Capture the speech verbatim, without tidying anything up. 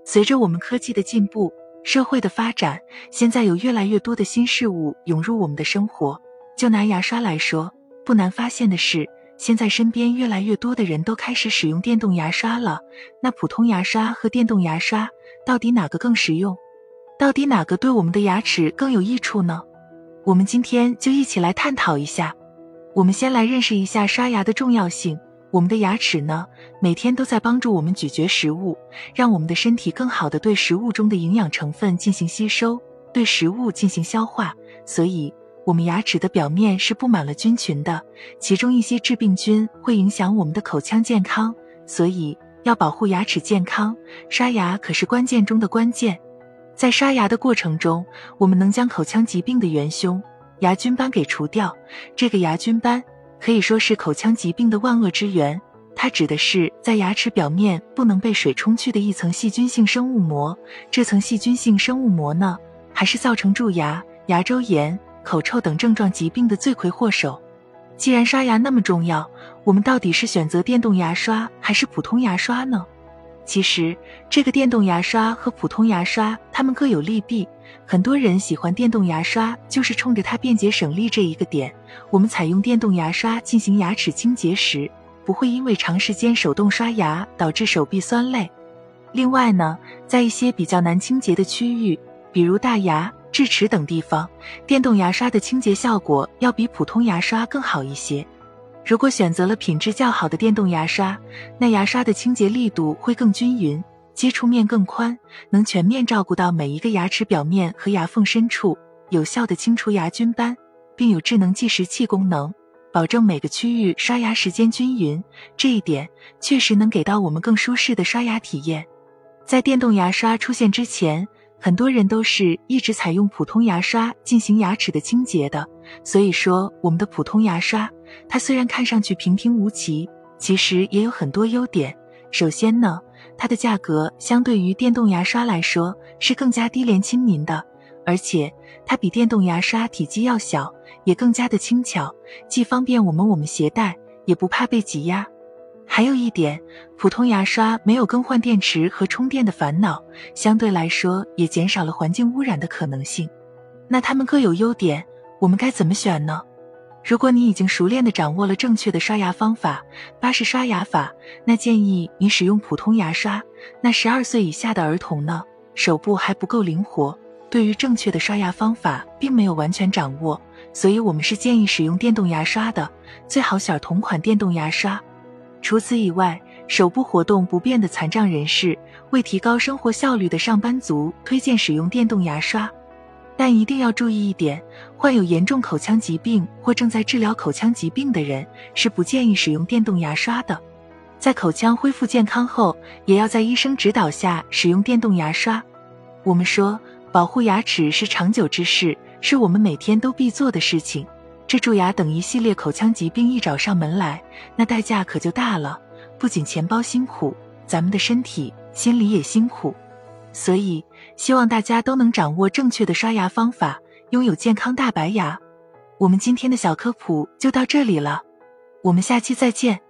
随着我们科技的进步，社会的发展，现在有越来越多的新事物涌入我们的生活。就拿牙刷来说，不难发现的是，现在身边越来越多的人都开始使用电动牙刷了。那普通牙刷和电动牙刷，到底哪个更实用？到底哪个对我们的牙齿更有益处呢？我们今天就一起来探讨一下。我们先来认识一下刷牙的重要性。我们的牙齿呢，每天都在帮助我们咀嚼食物，让我们的身体更好地对食物中的营养成分进行吸收，对食物进行消化。所以我们牙齿的表面是布满了菌群的，其中一些致病菌会影响我们的口腔健康，所以要保护牙齿健康，刷牙可是关键中的关键。在刷牙的过程中，我们能将口腔疾病的元凶牙菌斑给除掉。这个牙菌斑可以说是口腔疾病的万恶之源，它指的是在牙齿表面不能被水冲去的一层细菌性生物膜。这层细菌性生物膜呢，还是造成蛀牙、牙周炎、口臭等症状疾病的罪魁祸首。既然刷牙那么重要，我们到底是选择电动牙刷还是普通牙刷呢？其实这个电动牙刷和普通牙刷它们各有利弊，很多人喜欢电动牙刷就是冲着它便捷省力这一个点。我们采用电动牙刷进行牙齿清洁时，不会因为长时间手动刷牙导致手臂酸累。另外呢，在一些比较难清洁的区域，比如大牙、智齿等地方，电动牙刷的清洁效果要比普通牙刷更好一些。如果选择了品质较好的电动牙刷，那牙刷的清洁力度会更均匀，接触面更宽，能全面照顾到每一个牙齿表面和牙缝深处，有效地清除牙菌斑，并有智能计时器功能，保证每个区域刷牙时间均匀。这一点确实能给到我们更舒适的刷牙体验。在电动牙刷出现之前，很多人都是一直采用普通牙刷进行牙齿的清洁的，所以说我们的普通牙刷，它虽然看上去平平无奇，其实也有很多优点。首先呢，它的价格相对于电动牙刷来说是更加低廉亲民的，而且它比电动牙刷体积要小，也更加的轻巧，既方便我们我们携带，也不怕被挤压。还有一点，普通牙刷没有更换电池和充电的烦恼，相对来说也减少了环境污染的可能性。那它们各有优点，我们该怎么选呢？如果你已经熟练地掌握了正确的刷牙方法，巴氏刷牙法，那建议你使用普通牙刷。那十二岁以下的儿童呢，手部还不够灵活，对于正确的刷牙方法并没有完全掌握，所以我们是建议使用电动牙刷的，最好选同款电动牙刷。除此以外，手部活动不便的残障人士，为提高生活效率的上班族推荐使用电动牙刷。但一定要注意一点，患有严重口腔疾病或正在治疗口腔疾病的人是不建议使用电动牙刷的。在口腔恢复健康后，也要在医生指导下使用电动牙刷。我们说，保护牙齿是长久之事，是我们每天都必做的事情。这蛀牙等一系列口腔疾病一找上门来，那代价可就大了，不仅钱包辛苦，咱们的身体心里也辛苦。所以希望大家都能掌握正确的刷牙方法，拥有健康大白牙。我们今天的小科普就到这里了，我们下期再见。